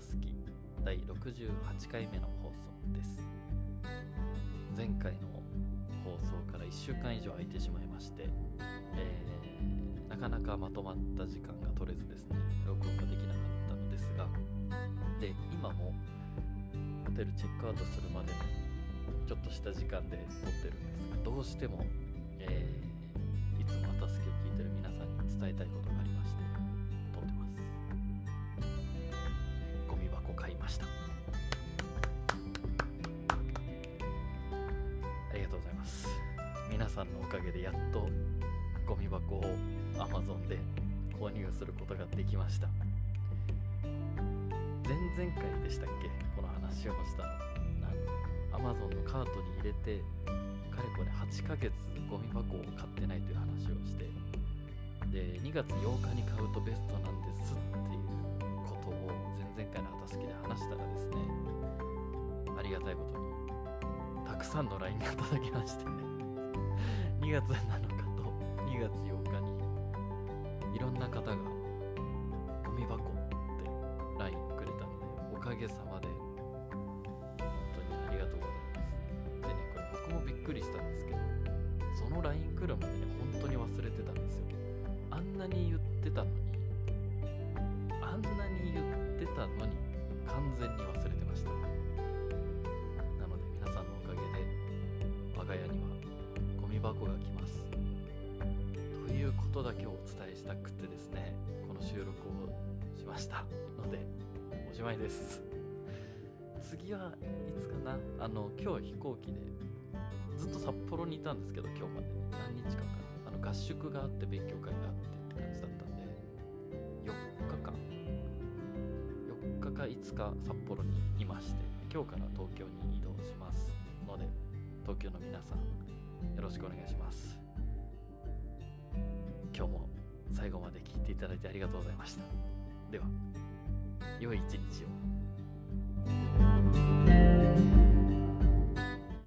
すき第68回目の放送です。前回の放送から1週間以上空いてしまいまして、なかなかまとまった時間が取れずですね、録音ができなかったのですが、で今もホテルチェックアウトするまでのちょっとした時間で撮ってるんですが、どうしても、いつもまたすきを聞いてる皆さんに伝えたいことがありまして撮ってます。ゴミ箱買いました。ありがとうございます。皆さんのおかげでやっとゴミ箱を Amazon で購入することができました。前々回でしたっけ、この話をしたの。Amazon のカートに入れてかれこれ8ヶ月ゴミ箱を買ってないという話をして、で2月8日に買うとベストなんですっていうことを前々回のあたすきで話したらですね、ありがたいことにたくさんの LINE が届きまして2月7日と2月8日にいろんな方がゴミ箱って LINE をくれたので、おかげさまで本当にありがとうございます。でね、これ僕もびっくりしたんですけど、その LINE 来るまでね、本当に忘れてたんですよ。あんなに言ってたのに完全に忘れてました。なので皆さんのおかげで我が家にはゴミ箱が来ますということだけをお伝えしたくてですね、この収録をしましたのでおしまいです。次はいつかな、今日飛行機でずっと札幌にいたんですけど、今日までね何日間かな、合宿があって勉強会があってって感じだったんで、4日か5日札幌にいまして、今日から東京に移動しますので、東京の皆さんよろしくお願いします。今日も最後まで聞いていただいてありがとうございました。では良い一日を。